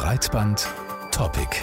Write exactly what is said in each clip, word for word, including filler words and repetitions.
Breitband-Topic.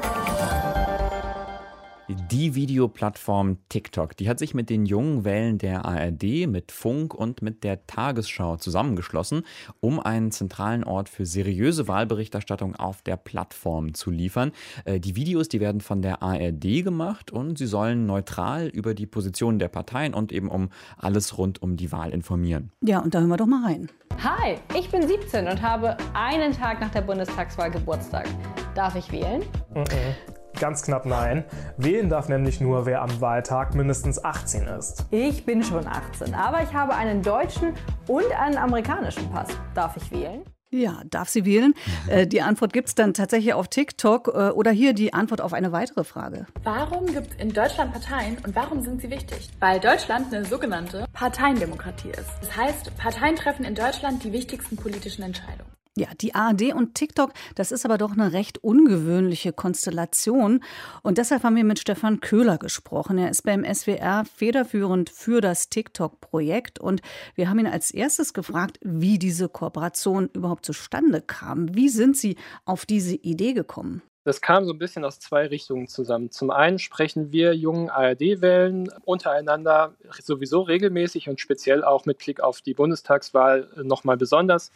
Die Videoplattform TikTok, die hat sich mit den jungen Wellen der A R D, mit Funk und mit der Tagesschau zusammengeschlossen, um einen zentralen Ort für seriöse Wahlberichterstattung auf der Plattform zu liefern. Äh, Die Videos, die werden von der A R D gemacht und sie sollen neutral über die Positionen der Parteien und eben um alles rund um die Wahl informieren. Ja, und da hören wir doch mal rein. Hi, ich bin siebzehn und habe einen Tag nach der Bundestagswahl Geburtstag. Darf ich wählen? Mhm. Ganz knapp nein. Wählen darf nämlich nur, wer am Wahltag mindestens achtzehn ist. Ich bin schon achtzehn, aber ich habe einen deutschen und einen amerikanischen Pass. Darf ich wählen? Ja, darf sie wählen? Äh, die Antwort gibt es dann tatsächlich auf TikTok äh, oder hier die Antwort auf eine weitere Frage. Warum gibt es in Deutschland Parteien und warum sind sie wichtig? Weil Deutschland eine sogenannte Parteiendemokratie ist. Das heißt, Parteien treffen in Deutschland die wichtigsten politischen Entscheidungen. Ja, die A R D und TikTok, das ist aber doch eine recht ungewöhnliche Konstellation. Und deshalb haben wir mit Stefan Köhler gesprochen. Er ist beim S W R federführend für das TikTok-Projekt. Und wir haben ihn als erstes gefragt, wie diese Kooperation überhaupt zustande kam. Wie sind Sie auf diese Idee gekommen? Das kam so ein bisschen aus zwei Richtungen zusammen. Zum einen sprechen wir jungen A R D-Wellen untereinander sowieso regelmäßig und speziell auch mit Blick auf die Bundestagswahl nochmal besonders.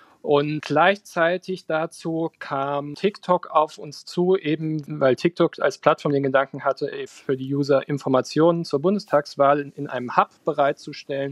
Und gleichzeitig dazu kam TikTok auf uns zu, eben weil TikTok als Plattform den Gedanken hatte, für die User Informationen zur Bundestagswahl in einem Hub bereitzustellen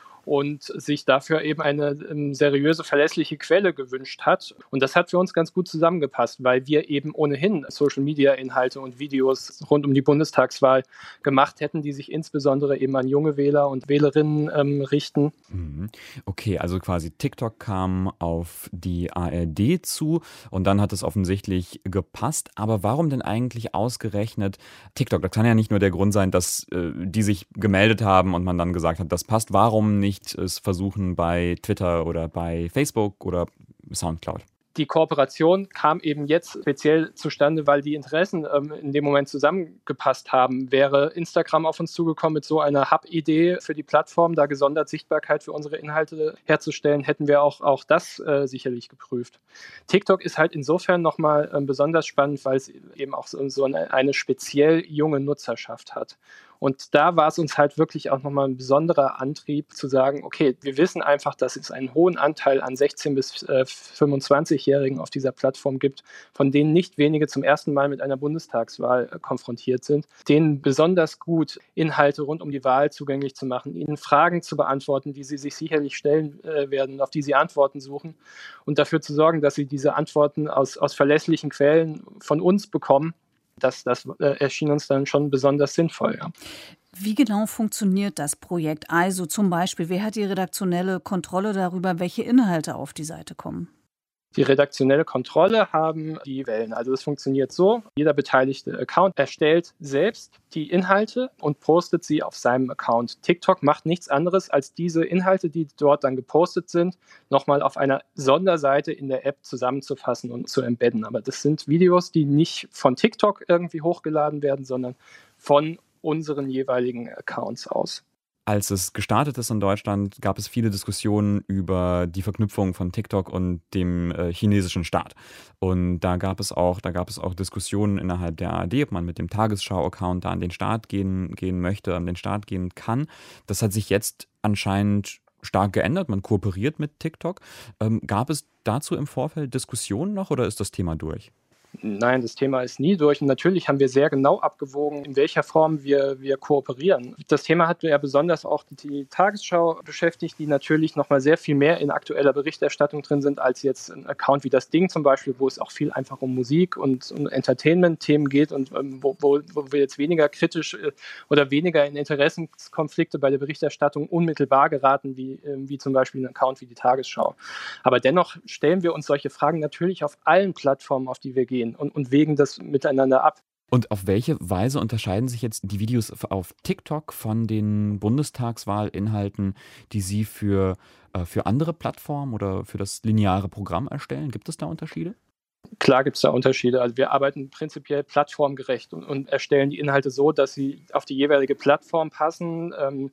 und sich dafür eben eine ähm, seriöse, verlässliche Quelle gewünscht hat. Und das hat für uns ganz gut zusammengepasst, weil wir eben ohnehin Social-Media-Inhalte und Videos rund um die Bundestagswahl gemacht hätten, die sich insbesondere eben an junge Wähler und Wählerinnen ähm, richten. Okay, also quasi TikTok kam auf die A R D zu und dann hat es offensichtlich gepasst. Aber warum denn eigentlich ausgerechnet TikTok? Das kann ja nicht nur der Grund sein, dass äh, die sich gemeldet haben und man dann gesagt hat, das passt. Warum nicht es versuchen bei Twitter oder bei Facebook oder Soundcloud? Die Kooperation kam eben jetzt speziell zustande, weil die Interessen ähm, in dem Moment zusammengepasst haben. Wäre Instagram auf uns zugekommen mit so einer Hub-Idee für die Plattform, da gesondert Sichtbarkeit für unsere Inhalte herzustellen, hätten wir auch, auch das äh, sicherlich geprüft. TikTok ist halt insofern nochmal ähm, besonders spannend, weil es eben auch so, so eine, eine speziell junge Nutzerschaft hat. Und da war es uns halt wirklich auch nochmal ein besonderer Antrieb zu sagen, okay, wir wissen einfach, dass es einen hohen Anteil an sechzehn- bis fünfundzwanzigjährigen auf dieser Plattform gibt, von denen nicht wenige zum ersten Mal mit einer Bundestagswahl äh, konfrontiert sind, denen besonders gut Inhalte rund um die Wahl zugänglich zu machen, ihnen Fragen zu beantworten, die sie sich sicherlich stellen äh, werden, auf die sie Antworten suchen und dafür zu sorgen, dass sie diese Antworten aus, aus verlässlichen Quellen von uns bekommen. Das, das äh, erschien uns dann schon besonders sinnvoll. Ja. Wie genau funktioniert das Projekt? Also zum Beispiel, wer hat die redaktionelle Kontrolle darüber, welche Inhalte auf die Seite kommen? Die redaktionelle Kontrolle haben die Wellen. Also es funktioniert so, jeder beteiligte Account erstellt selbst die Inhalte und postet sie auf seinem Account. TikTok macht nichts anderes, als diese Inhalte, die dort dann gepostet sind, nochmal auf einer Sonderseite in der App zusammenzufassen und zu embedden. Aber das sind Videos, die nicht von TikTok irgendwie hochgeladen werden, sondern von unseren jeweiligen Accounts aus. Als es gestartet ist in Deutschland, gab es viele Diskussionen über die Verknüpfung von TikTok und dem äh, chinesischen Staat. Und da gab es auch, da gab es auch Diskussionen innerhalb der A R D, ob man mit dem Tagesschau-Account da an den Start gehen, gehen möchte, an den Start gehen kann. Das hat sich jetzt anscheinend stark geändert. Man kooperiert mit TikTok. Ähm, gab es dazu im Vorfeld Diskussionen noch oder ist das Thema durch? Nein, das Thema ist nie durch. Und natürlich haben wir sehr genau abgewogen, in welcher Form wir, wir kooperieren. Das Thema hat ja besonders auch die Tagesschau beschäftigt, die natürlich noch mal sehr viel mehr in aktueller Berichterstattung drin sind, als jetzt ein Account wie das Ding zum Beispiel, wo es auch viel einfach um Musik und um Entertainment-Themen geht und ähm, wo, wo, wo wir jetzt weniger kritisch äh, oder weniger in Interessenskonflikte bei der Berichterstattung unmittelbar geraten, wie, äh, wie zum Beispiel ein Account wie die Tagesschau. Aber dennoch stellen wir uns solche Fragen natürlich auf allen Plattformen, auf die wir gehen. Und, und wägen das miteinander ab. Und auf welche Weise unterscheiden sich jetzt die Videos auf TikTok von den Bundestagswahlinhalten, die Sie für, äh, für andere Plattformen oder für das lineare Programm erstellen? Gibt es da Unterschiede? Klar gibt es da Unterschiede. Also wir arbeiten prinzipiell plattformgerecht und, und erstellen die Inhalte so, dass sie auf die jeweilige Plattform passen. Ähm,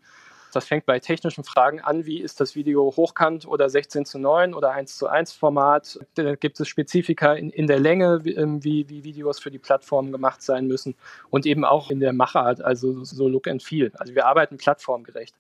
Das fängt bei technischen Fragen an, wie ist das Video hochkant oder sechzehn zu neun oder eins zu eins Format. Da gibt es Spezifika in, in der Länge, wie, wie Videos für die Plattformen gemacht sein müssen und eben auch in der Machart, also so Look and Feel. Also wir arbeiten plattformgerecht.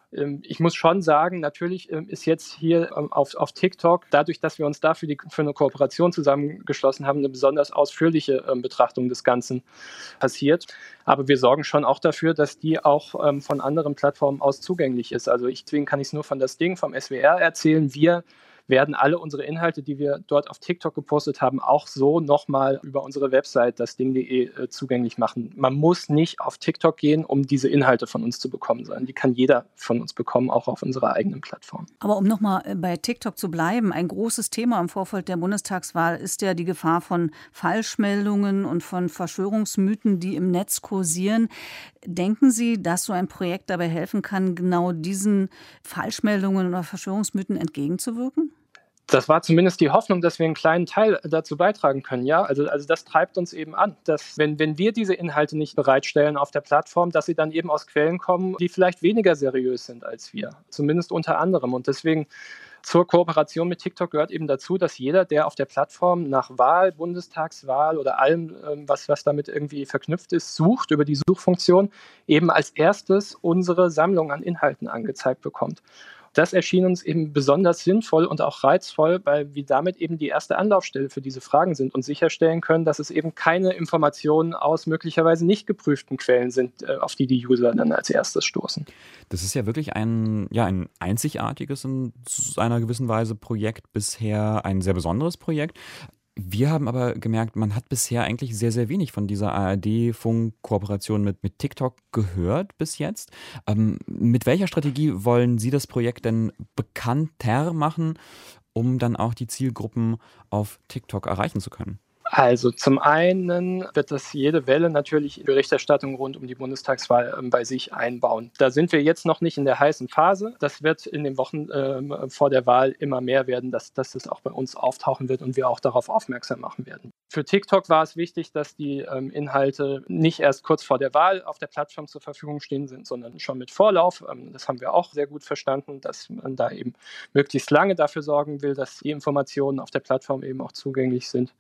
Ich muss schon sagen, natürlich ist jetzt hier auf, auf TikTok, dadurch, dass wir uns dafür die, für eine Kooperation zusammengeschlossen haben, eine besonders ausführliche ähm, Betrachtung des Ganzen passiert. Aber wir sorgen schon auch dafür, dass die auch ähm, von anderen Plattformen aus zugänglich ist. Also ich, deswegen kann ich es nur von das Ding vom S W R erzählen. Wir werden alle unsere Inhalte, die wir dort auf TikTok gepostet haben, auch so nochmal über unsere Website dasding punkt de äh, zugänglich machen. Man muss nicht auf TikTok gehen, um diese Inhalte von uns zu bekommen, sondern die kann jeder von uns bekommen, auch auf unserer eigenen Plattform. Aber um nochmal bei TikTok zu bleiben, ein großes Thema im Vorfeld der Bundestagswahl ist ja die Gefahr von Falschmeldungen und von Verschwörungsmythen, die im Netz kursieren. Denken Sie, dass so ein Projekt dabei helfen kann, genau diesen Falschmeldungen oder Verschwörungsmythen entgegenzuwirken? Das war zumindest die Hoffnung, dass wir einen kleinen Teil dazu beitragen können. Ja, also, also das treibt uns eben an, dass wenn, wenn wir diese Inhalte nicht bereitstellen auf der Plattform, dass sie dann eben aus Quellen kommen, die vielleicht weniger seriös sind als wir. Zumindest unter anderem. Und deswegen zur Kooperation mit TikTok gehört eben dazu, dass jeder, der auf der Plattform nach Wahl, Bundestagswahl oder allem, was, was damit irgendwie verknüpft ist, sucht über die Suchfunktion, eben als erstes unsere Sammlung an Inhalten angezeigt bekommt. Das erschien uns eben besonders sinnvoll und auch reizvoll, weil wir damit eben die erste Anlaufstelle für diese Fragen sind und sicherstellen können, dass es eben keine Informationen aus möglicherweise nicht geprüften Quellen sind, auf die die User dann als erstes stoßen. Das ist ja wirklich ein, ja, ein einzigartiges in einer gewissen Weise Projekt, bisher ein sehr besonderes Projekt. Wir haben aber gemerkt, man hat bisher eigentlich sehr, sehr wenig von dieser A R D-Funk-Kooperation mit, mit TikTok gehört bis jetzt. Ähm, mit welcher Strategie wollen Sie das Projekt denn bekannter machen, um dann auch die Zielgruppen auf TikTok erreichen zu können? Also zum einen wird das jede Welle natürlich Berichterstattung rund um die Bundestagswahl äh, bei sich einbauen. Da sind wir jetzt noch nicht in der heißen Phase. Das wird in den Wochen äh, vor der Wahl immer mehr werden, dass, dass das auch bei uns auftauchen wird und wir auch darauf aufmerksam machen werden. Für TikTok war es wichtig, dass die ähm, Inhalte nicht erst kurz vor der Wahl auf der Plattform zur Verfügung stehen sind, sondern schon mit Vorlauf. Ähm, das haben wir auch sehr gut verstanden, dass man da eben möglichst lange dafür sorgen will, dass die Informationen auf der Plattform eben auch zugänglich sind.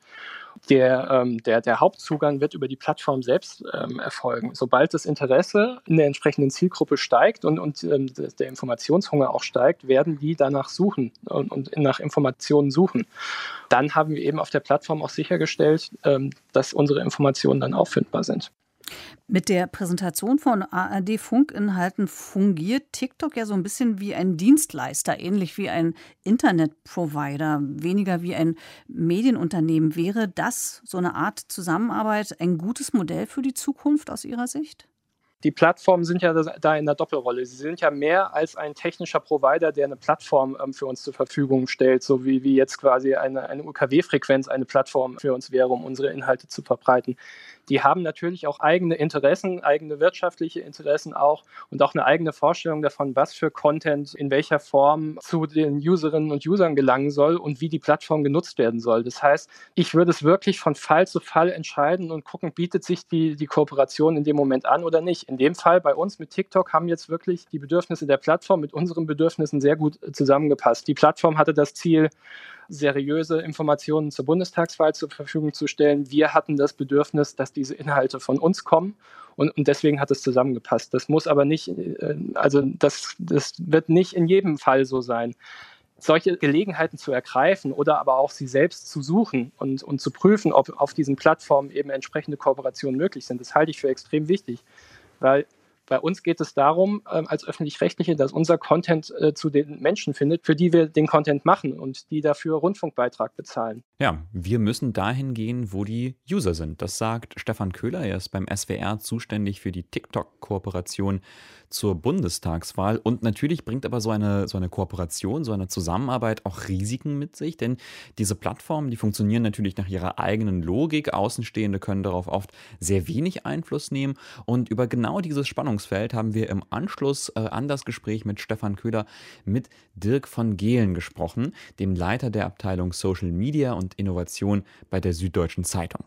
Der, ähm, der, der Hauptzugang wird über die Plattform selbst ähm, erfolgen. Sobald das Interesse in der entsprechenden Zielgruppe steigt und, und ähm, der Informationshunger auch steigt, werden die danach suchen und, und nach Informationen suchen. Dann haben wir eben auf der Plattform auch sichergestellt, ähm, dass unsere Informationen dann auffindbar sind. Mit der Präsentation von A R D-Funkinhalten fungiert TikTok ja so ein bisschen wie ein Dienstleister, ähnlich wie ein Internetprovider, weniger wie ein Medienunternehmen. Wäre das, so eine Art Zusammenarbeit, ein gutes Modell für die Zukunft aus Ihrer Sicht? Die Plattformen sind ja da in der Doppelrolle. Sie sind ja mehr als ein technischer Provider, der eine Plattform ähm, für uns zur Verfügung stellt, so wie, wie jetzt quasi eine, eine U K W-Frequenz eine Plattform für uns wäre, um unsere Inhalte zu verbreiten. Die haben natürlich auch eigene Interessen, eigene wirtschaftliche Interessen auch und auch eine eigene Vorstellung davon, was für Content in welcher Form zu den Userinnen und Usern gelangen soll und wie die Plattform genutzt werden soll. Das heißt, ich würde es wirklich von Fall zu Fall entscheiden und gucken, bietet sich die, die Kooperation in dem Moment an oder nicht. In dem Fall bei uns mit TikTok haben jetzt wirklich die Bedürfnisse der Plattform mit unseren Bedürfnissen sehr gut zusammengepasst. Die Plattform hatte das Ziel, seriöse Informationen zur Bundestagswahl zur Verfügung zu stellen. Wir hatten das Bedürfnis, dass diese Inhalte von uns kommen und, und deswegen hat es zusammengepasst. Das muss aber nicht, also das, das wird nicht in jedem Fall so sein. Solche Gelegenheiten zu ergreifen oder aber auch sie selbst zu suchen und, und zu prüfen, ob auf diesen Plattformen eben entsprechende Kooperationen möglich sind, das halte ich für extrem wichtig, weil bei uns geht es darum, ähm, als Öffentlich-Rechtliche, dass unser Content äh, zu den Menschen findet, für die wir den Content machen und die dafür Rundfunkbeitrag bezahlen. Ja, wir müssen dahin gehen, wo die User sind. Das sagt Stefan Köhler. Er ist beim S W R zuständig für die TikTok-Kooperation zur Bundestagswahl. Und natürlich bringt aber so eine, so eine Kooperation, so eine Zusammenarbeit auch Risiken mit sich. Denn diese Plattformen, die funktionieren natürlich nach ihrer eigenen Logik. Außenstehende können darauf oft sehr wenig Einfluss nehmen. Und über genau dieses Spannungsfeld haben wir im Anschluss äh, an das Gespräch mit Stefan Köhler mit Dirk von Gehlen gesprochen, dem Leiter der Abteilung Social Media und Innovation bei der Süddeutschen Zeitung.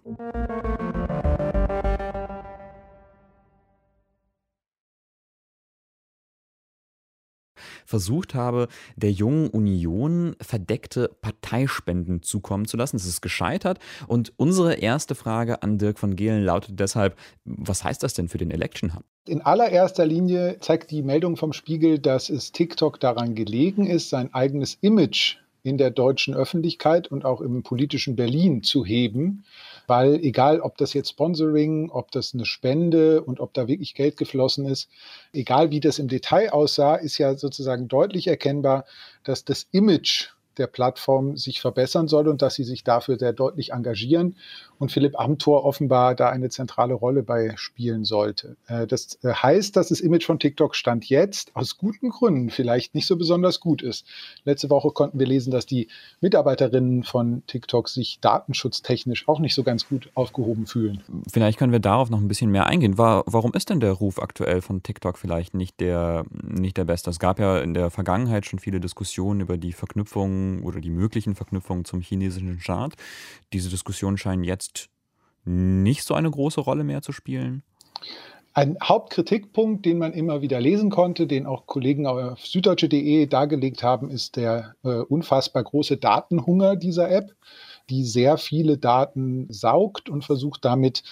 versucht habe, der Jungen Union verdeckte Parteispenden zukommen zu lassen. Es ist gescheitert. Und unsere erste Frage an Dirk von Gehlen lautet deshalb, was heißt das denn für den Election Hub? In allererster Linie zeigt die Meldung vom Spiegel, dass es TikTok daran gelegen ist, sein eigenes Image in der deutschen Öffentlichkeit und auch im politischen Berlin zu heben, weil egal, ob das jetzt Sponsoring, ob das eine Spende und ob da wirklich Geld geflossen ist, egal wie das im Detail aussah, ist ja sozusagen deutlich erkennbar, dass das Image der Plattform sich verbessern soll und dass sie sich dafür sehr deutlich engagieren und Philipp Amthor offenbar da eine zentrale Rolle bei spielen sollte. Das heißt, dass das Image von TikTok Stand jetzt aus guten Gründen vielleicht nicht so besonders gut ist. Letzte Woche konnten wir lesen, dass die Mitarbeiterinnen von TikTok sich datenschutztechnisch auch nicht so ganz gut aufgehoben fühlen. Vielleicht können wir darauf noch ein bisschen mehr eingehen. Warum ist denn der Ruf aktuell von TikTok vielleicht nicht der, nicht der beste? Es gab ja in der Vergangenheit schon viele Diskussionen über die Verknüpfung oder die möglichen Verknüpfungen zum chinesischen Staat. Diese Diskussionen scheinen jetzt nicht so eine große Rolle mehr zu spielen. Ein Hauptkritikpunkt, den man immer wieder lesen konnte, den auch Kollegen auf süddeutsche punkt de dargelegt haben, ist der äh, unfassbar große Datenhunger dieser App, die sehr viele Daten saugt und versucht damit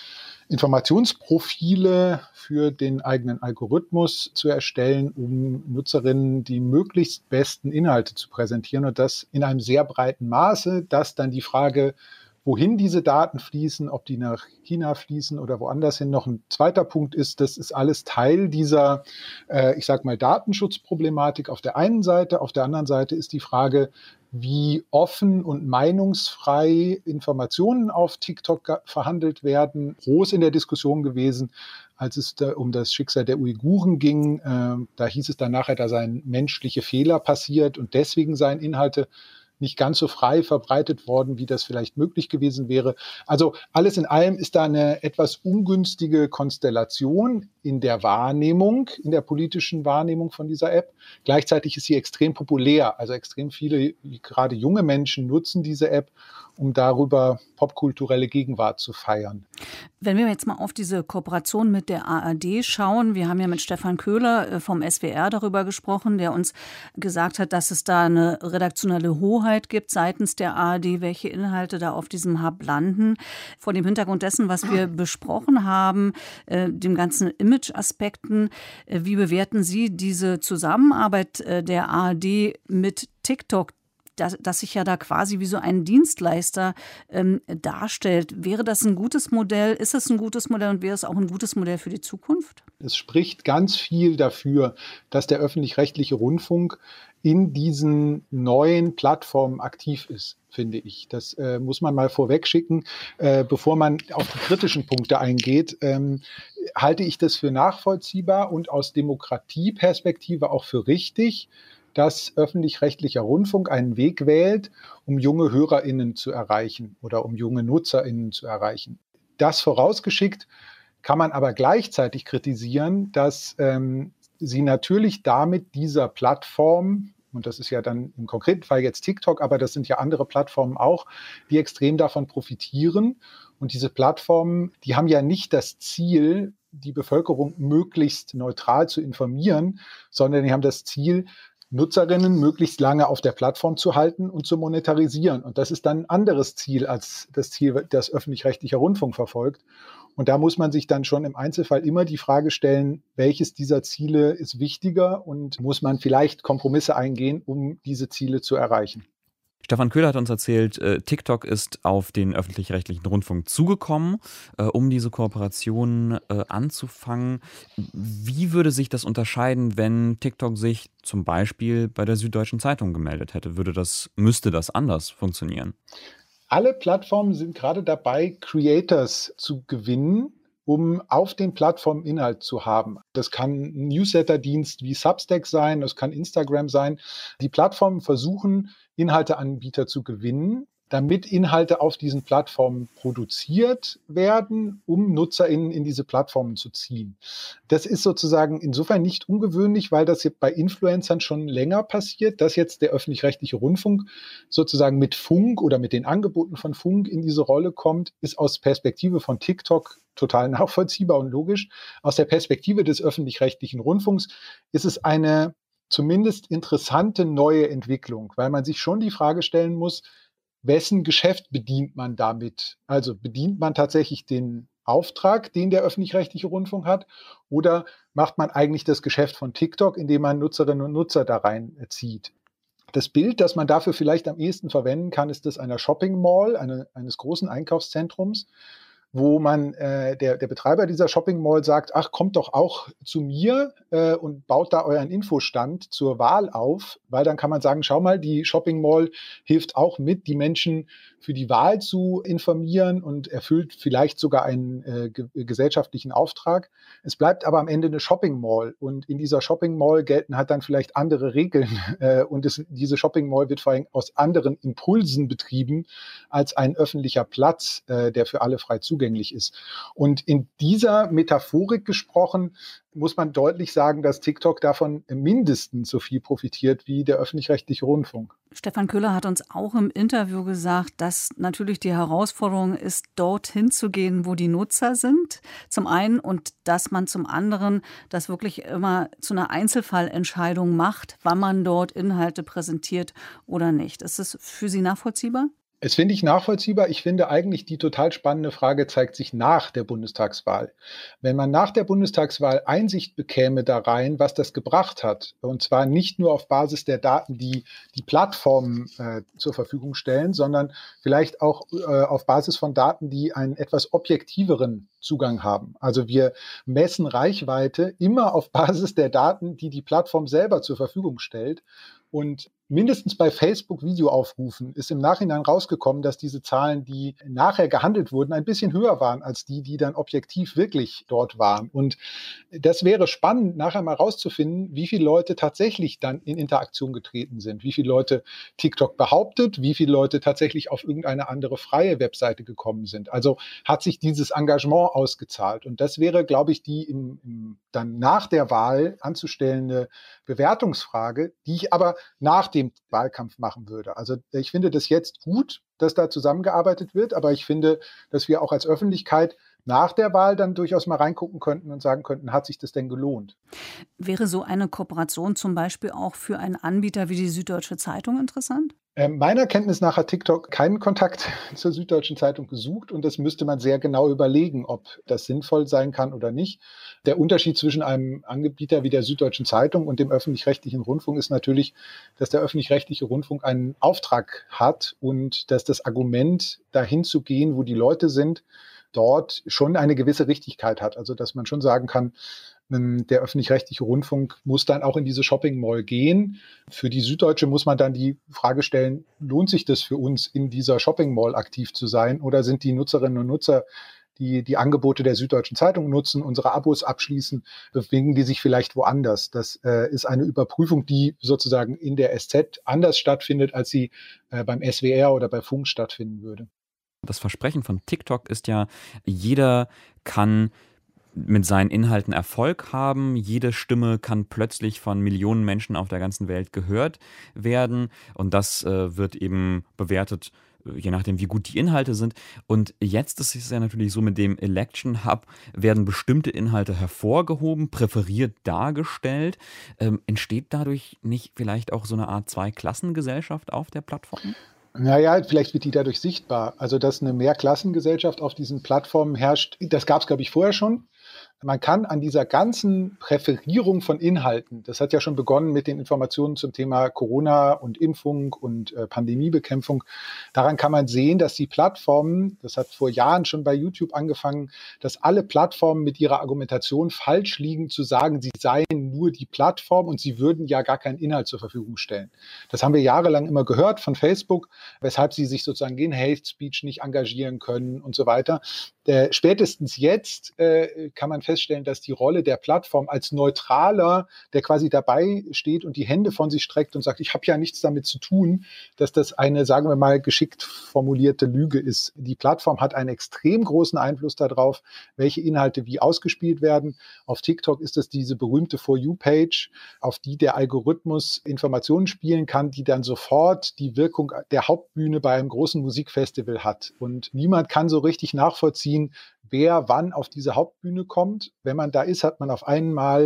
Informationsprofile für den eigenen Algorithmus zu erstellen, um Nutzerinnen die möglichst besten Inhalte zu präsentieren und das in einem sehr breiten Maße, dass dann die Frage, wohin diese Daten fließen, ob die nach China fließen oder woanders hin, noch ein zweiter Punkt ist, das ist alles Teil dieser, äh, ich sag mal, Datenschutzproblematik auf der einen Seite. Auf der anderen Seite ist die Frage, wie offen und meinungsfrei Informationen auf TikTok verhandelt werden, groß in der Diskussion gewesen, als es da um das Schicksal der Uiguren ging. Äh, da hieß es dann nachher, da seien menschliche Fehler passiert und deswegen seien Inhalte nicht ganz so frei verbreitet worden, wie das vielleicht möglich gewesen wäre. Also alles in allem ist da eine etwas ungünstige Konstellation in der Wahrnehmung, in der politischen Wahrnehmung von dieser App. Gleichzeitig ist sie extrem populär. Also extrem viele, gerade junge Menschen, nutzen diese App, um darüber popkulturelle Gegenwart zu feiern. Wenn wir jetzt mal auf diese Kooperation mit der A R D schauen, wir haben ja mit Stefan Köhler vom S W R darüber gesprochen, der uns gesagt hat, dass es da eine redaktionelle Hoheit gibt seitens der A R D, welche Inhalte da auf diesem Hub landen. Vor dem Hintergrund dessen, was wir besprochen haben, äh, dem ganzen Image-Aspekten, äh, wie bewerten Sie diese Zusammenarbeit äh, der A R D mit TikTok, dass, dass sich ja da quasi wie so ein Dienstleister ähm, darstellt? Wäre das ein gutes Modell? Ist es ein gutes Modell und wäre es auch ein gutes Modell für die Zukunft? Es spricht ganz viel dafür, dass der öffentlich-rechtliche Rundfunk in diesen neuen Plattformen aktiv ist, finde ich. Das äh, muss man mal vorweg schicken. Äh, bevor man auf die kritischen Punkte eingeht, ähm, halte ich das für nachvollziehbar und aus Demokratieperspektive auch für richtig, dass öffentlich-rechtlicher Rundfunk einen Weg wählt, um junge HörerInnen zu erreichen oder um junge NutzerInnen zu erreichen. Das vorausgeschickt kann man aber gleichzeitig kritisieren, dass ähm, sie natürlich damit dieser Plattform, und das ist ja dann im konkreten Fall jetzt TikTok, aber das sind ja andere Plattformen auch, die extrem davon profitieren. Und diese Plattformen, die haben ja nicht das Ziel, die Bevölkerung möglichst neutral zu informieren, sondern die haben das Ziel, Nutzerinnen möglichst lange auf der Plattform zu halten und zu monetarisieren. Und das ist dann ein anderes Ziel als das Ziel, das öffentlich-rechtlicher Rundfunk verfolgt. Und da muss man sich dann schon im Einzelfall immer die Frage stellen, welches dieser Ziele ist wichtiger und muss man vielleicht Kompromisse eingehen, um diese Ziele zu erreichen. Stefan Köhler hat uns erzählt, äh, TikTok ist auf den öffentlich-rechtlichen Rundfunk zugekommen, äh, um diese Kooperation äh, anzufangen. Wie würde sich das unterscheiden, wenn TikTok sich zum Beispiel bei der Süddeutschen Zeitung gemeldet hätte? Würde das, müsste das anders funktionieren? Alle Plattformen sind gerade dabei, Creators zu gewinnen, um auf den Plattformen Inhalt zu haben. Das kann ein Newsletter-Dienst wie Substack sein, das kann Instagram sein. Die Plattformen versuchen, Inhalteanbieter zu gewinnen, damit Inhalte auf diesen Plattformen produziert werden, um NutzerInnen in diese Plattformen zu ziehen. Das ist sozusagen insofern nicht ungewöhnlich, weil das jetzt bei Influencern schon länger passiert, dass jetzt der öffentlich-rechtliche Rundfunk sozusagen mit Funk oder mit den Angeboten von Funk in diese Rolle kommt, ist aus Perspektive von TikTok total nachvollziehbar und logisch. Aus der Perspektive des öffentlich-rechtlichen Rundfunks ist es eine zumindest interessante neue Entwicklung, weil man sich schon die Frage stellen muss, wessen Geschäft bedient man damit? Also bedient man tatsächlich den Auftrag, den der öffentlich-rechtliche Rundfunk hat, oder macht man eigentlich das Geschäft von TikTok, indem man Nutzerinnen und Nutzer da reinzieht? Das Bild, das man dafür vielleicht am ehesten verwenden kann, ist das einer Shopping Mall, eine, eines großen Einkaufszentrums, wo man, äh, der, der Betreiber dieser Shopping Mall sagt, ach, kommt doch auch zu mir äh, und baut da euren Infostand zur Wahl auf, weil dann kann man sagen, schau mal, die Shopping Mall hilft auch mit, die Menschen für die Wahl zu informieren und erfüllt vielleicht sogar einen äh, ge- gesellschaftlichen Auftrag. Es bleibt aber am Ende eine Shopping Mall und in dieser Shopping Mall gelten halt dann vielleicht andere Regeln äh, und es, diese Shopping Mall wird vor allem aus anderen Impulsen betrieben als ein öffentlicher Platz, äh, der für alle frei zugänglich ist. Und in dieser Metaphorik gesprochen, muss man deutlich sagen, dass TikTok davon mindestens so viel profitiert wie der öffentlich-rechtliche Rundfunk. Stefan Köhler hat uns auch im Interview gesagt, dass natürlich die Herausforderung ist, dorthin zu gehen, wo die Nutzer sind, zum einen, und dass man zum anderen das wirklich immer zu einer Einzelfallentscheidung macht, wann man dort Inhalte präsentiert oder nicht. Ist das für Sie nachvollziehbar? Es finde ich nachvollziehbar. Ich finde eigentlich, die total spannende Frage zeigt sich nach der Bundestagswahl. Wenn man nach der Bundestagswahl Einsicht bekäme da rein, was das gebracht hat, und zwar nicht nur auf Basis der Daten, die die Plattformen äh, zur Verfügung stellen, sondern vielleicht auch äh, auf Basis von Daten, die einen etwas objektiveren Zugang haben. Also wir messen Reichweite immer auf Basis der Daten, die die Plattform selber zur Verfügung stellt. Und mindestens bei Facebook-Videoaufrufen ist im Nachhinein rausgekommen, dass diese Zahlen, die nachher gehandelt wurden, ein bisschen höher waren als die, die dann objektiv wirklich dort waren. Und das wäre spannend, nachher mal rauszufinden, wie viele Leute tatsächlich dann in Interaktion getreten sind, wie viele Leute TikTok behauptet, wie viele Leute tatsächlich auf irgendeine andere freie Webseite gekommen sind. Also hat sich dieses Engagement ausgezahlt. Und das wäre, glaube ich, die im, im, dann nach der Wahl anzustellende Bewertungsfrage, die ich aber nach dem Wahlkampf machen würde. Also ich finde das jetzt gut, dass da zusammengearbeitet wird, aber ich finde, dass wir auch als Öffentlichkeit nach der Wahl dann durchaus mal reingucken könnten und sagen könnten, hat sich das denn gelohnt? Wäre so eine Kooperation zum Beispiel auch für einen Anbieter wie die Süddeutsche Zeitung interessant? Ähm, meiner Kenntnis nach hat TikTok keinen Kontakt zur Süddeutschen Zeitung gesucht und das müsste man sehr genau überlegen, ob das sinnvoll sein kann oder nicht. Der Unterschied zwischen einem Anbieter wie der Süddeutschen Zeitung und dem öffentlich-rechtlichen Rundfunk ist natürlich, dass der öffentlich-rechtliche Rundfunk einen Auftrag hat und dass das Argument, dahin zu gehen, wo die Leute sind, dort schon eine gewisse Richtigkeit hat. Also dass man schon sagen kann, der öffentlich-rechtliche Rundfunk muss dann auch in diese Shopping Mall gehen. Für die Süddeutsche muss man dann die Frage stellen, lohnt sich das für uns, in dieser Shopping Mall aktiv zu sein? Oder sind die Nutzerinnen und Nutzer, die die Angebote der Süddeutschen Zeitung nutzen, unsere Abos abschließen, bewegen die sich vielleicht woanders? Das äh, ist eine Überprüfung, die sozusagen in der S Z anders stattfindet, als sie äh, beim S W R oder bei Funk stattfinden würde. Das Versprechen von TikTok ist ja, jeder kann mit seinen Inhalten Erfolg haben. Jede Stimme kann plötzlich von Millionen Menschen auf der ganzen Welt gehört werden. Und das äh, wird eben bewertet, je nachdem, wie gut die Inhalte sind. Und jetzt ist es ja natürlich so, mit dem Election Hub werden bestimmte Inhalte hervorgehoben, präferiert dargestellt. Ähm, entsteht dadurch nicht vielleicht auch so eine Art Zweiklassengesellschaft auf der Plattform? Naja, vielleicht wird die dadurch sichtbar. Also, dass eine Mehrklassengesellschaft auf diesen Plattformen herrscht, das gab es, glaube ich, vorher schon. Man kann an dieser ganzen Präferierung von Inhalten, das hat ja schon begonnen mit den Informationen zum Thema Corona und Impfung und äh, Pandemiebekämpfung, daran kann man sehen, dass die Plattformen, das hat vor Jahren schon bei YouTube angefangen, dass alle Plattformen mit ihrer Argumentation falsch liegen, zu sagen, sie seien nur die Plattform und sie würden ja gar keinen Inhalt zur Verfügung stellen. Das haben wir jahrelang immer gehört von Facebook, weshalb sie sich sozusagen gegen Hate Speech nicht engagieren können und so weiter. Äh, spätestens jetzt äh, kann man feststellen, dass die Rolle der Plattform als Neutraler, der quasi dabei steht und die Hände von sich streckt und sagt, ich habe ja nichts damit zu tun, dass das eine, sagen wir mal, geschickt formulierte Lüge ist. Die Plattform hat einen extrem großen Einfluss darauf, welche Inhalte wie ausgespielt werden. Auf TikTok ist es diese berühmte For You-Page, auf die der Algorithmus Informationen spielen kann, die dann sofort die Wirkung der Hauptbühne bei einem großen Musikfestival hat. Und niemand kann so richtig nachvollziehen, wer wann auf diese Hauptbühne kommt. Wenn man da ist, hat man auf einmal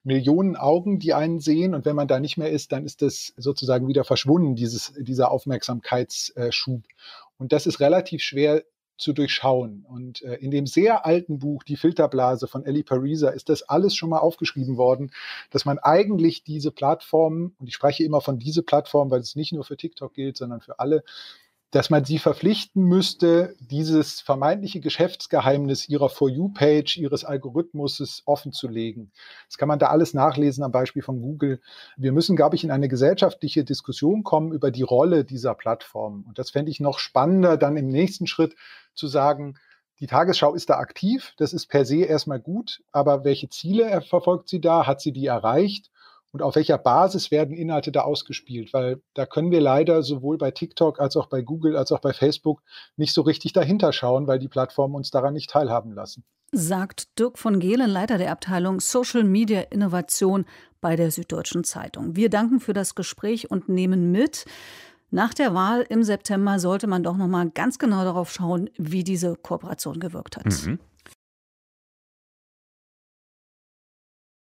Millionen Augen, die einen sehen. Und wenn man da nicht mehr ist, dann ist das sozusagen wieder verschwunden, dieses, dieser Aufmerksamkeitsschub. Und das ist relativ schwer zu durchschauen. Und äh, in dem sehr alten Buch Die Filterblase von Ellie Pariser ist das alles schon mal aufgeschrieben worden, dass man eigentlich diese Plattformen, und ich spreche immer von diese Plattform, weil es nicht nur für TikTok gilt, sondern für alle, dass man sie verpflichten müsste, dieses vermeintliche Geschäftsgeheimnis ihrer For You-Page, ihres Algorithmuses offen zu legen. Das kann man da alles nachlesen am Beispiel von Google. Wir müssen, glaube ich, in eine gesellschaftliche Diskussion kommen über die Rolle dieser Plattform. Und das fände ich noch spannender, dann im nächsten Schritt zu sagen, die Tagesschau ist da aktiv, das ist per se erstmal gut, aber welche Ziele verfolgt sie da? Hat sie die erreicht? Und auf welcher Basis werden Inhalte da ausgespielt? Weil da können wir leider sowohl bei TikTok als auch bei Google als auch bei Facebook nicht so richtig dahinter schauen, weil die Plattformen uns daran nicht teilhaben lassen. Sagt Dirk von Gehlen, Leiter der Abteilung Social Media Innovation bei der Süddeutschen Zeitung. Wir danken für das Gespräch und nehmen mit, nach der Wahl im September sollte man doch noch mal ganz genau darauf schauen, wie diese Kooperation gewirkt hat. Mhm.